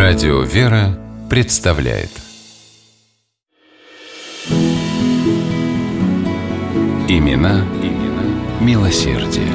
Радио «Вера» представляет Имена милосердия.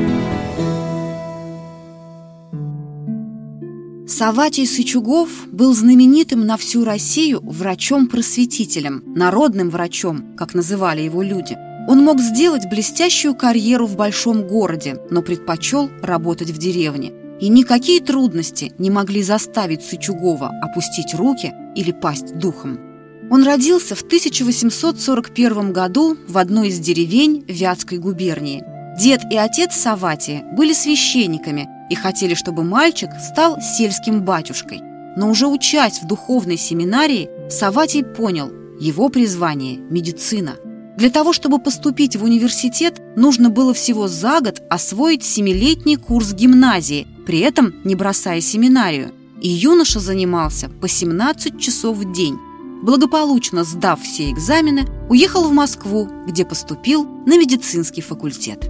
Савватий Сычугов был знаменитым на всю Россию врачом-просветителем, народным врачом, как называли его люди. Он мог сделать блестящую карьеру в большом городе, но предпочел работать в деревне. И никакие трудности не могли заставить Сычугова опустить руки или пасть духом. Он родился в 1841 году в одной из деревень Вятской губернии. Дед и отец Савватия были священниками и хотели, чтобы мальчик стал сельским батюшкой. Но уже учась в духовной семинарии, Савватий понял – его призвание – медицина. Для того, чтобы поступить в университет, нужно было всего за год освоить 7-летний курс гимназии, при этом не бросая семинарию. И юноша занимался по 17 часов в день. Благополучно сдав все экзамены, уехал в Москву, где поступил на медицинский факультет.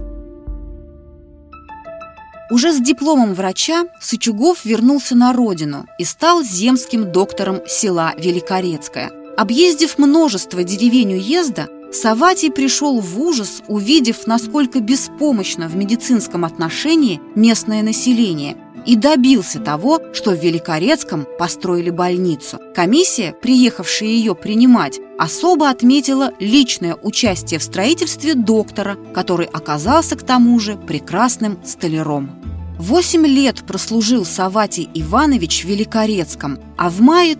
Уже с дипломом врача Сычугов вернулся на родину и стал земским доктором села Великорецкое. Объездив множество деревень уезда, Савватий пришел в ужас, увидев, насколько беспомощно в медицинском отношении местное население, и добился того, что в Великорецком построили больницу. Комиссия, приехавшая ее принимать, особо отметила личное участие в строительстве доктора, который оказался к тому же прекрасным столяром. 8 лет прослужил Савватий Иванович в Великорецком, а в мае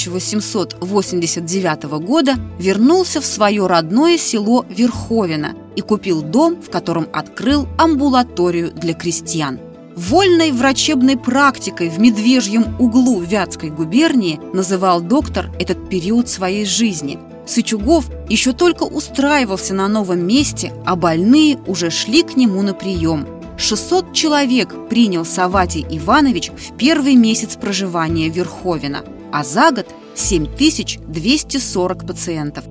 1889 года вернулся в свое родное село Верховино и купил дом, в котором открыл амбулаторию для крестьян. Вольной врачебной практикой в Медвежьем углу Вятской губернии называл доктор этот период своей жизни. Сычугов еще только устраивался на новом месте, а больные уже шли к нему на прием. 600 человек принял Савватий Иванович в первый месяц проживания в Верховино, а за год 7240 пациентов.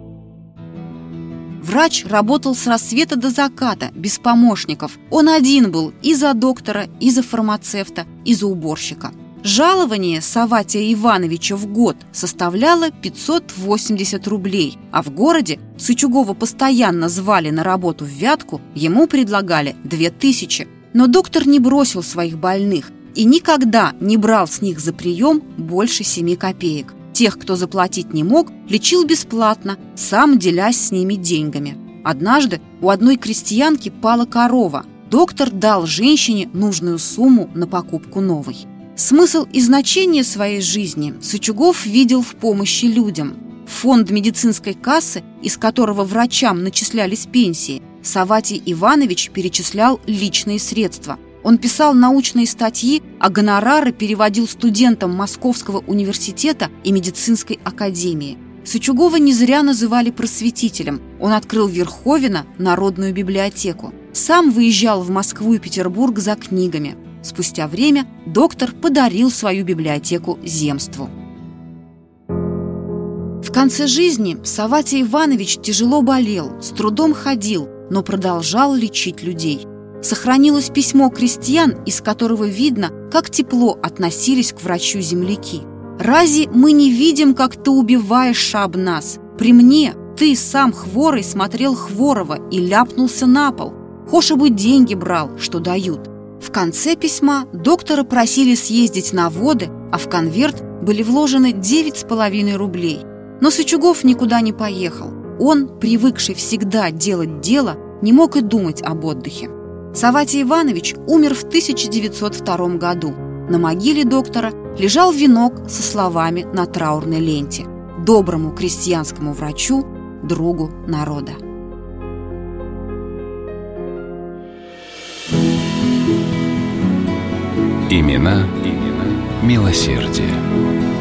Врач работал с рассвета до заката, без помощников. Он один был и за доктора, и за фармацевта, и за уборщика. Жалование Савватия Ивановича в год составляло 580 рублей, а в городе Сычугова постоянно звали на работу в Вятку, ему предлагали 2000. Но доктор не бросил своих больных и никогда не брал с них за прием больше 7 копеек. Тех, кто заплатить не мог, лечил бесплатно, сам делясь с ними деньгами. Однажды у одной крестьянки пала корова. Доктор дал женщине нужную сумму на покупку новой. Смысл и значение своей жизни Сычугов видел в помощи людям. Фонд медицинской кассы, из которого врачам начислялись пенсии, Савватий Иванович перечислял личные средства. Он писал научные статьи, а гонорары переводил студентам Московского университета и медицинской академии. Сычугова не зря называли просветителем. Он открыл в Верховино народную библиотеку. Сам выезжал в Москву и Петербург за книгами. Спустя время доктор подарил свою библиотеку земству. В конце жизни Савватий Иванович тяжело болел, с трудом ходил, но продолжал лечить людей. Сохранилось письмо крестьян, из которого видно, как тепло относились к врачу земляки. «Рази мы не видим, как ты убиваешь об нас. При мне ты сам хворый смотрел хворого и ляпнулся на пол. Хоша бы деньги брал, что дают». В конце письма доктора просили съездить на воды, а в конверт были вложены 9,5 рублей. Но Сычугов никуда не поехал. Он, привыкший всегда делать дело, не мог и думать об отдыхе. Савватий Иванович умер в 1902 году. На могиле доктора лежал венок со словами на траурной ленте: «Доброму крестьянскому врачу, другу народа». Имена милосердия.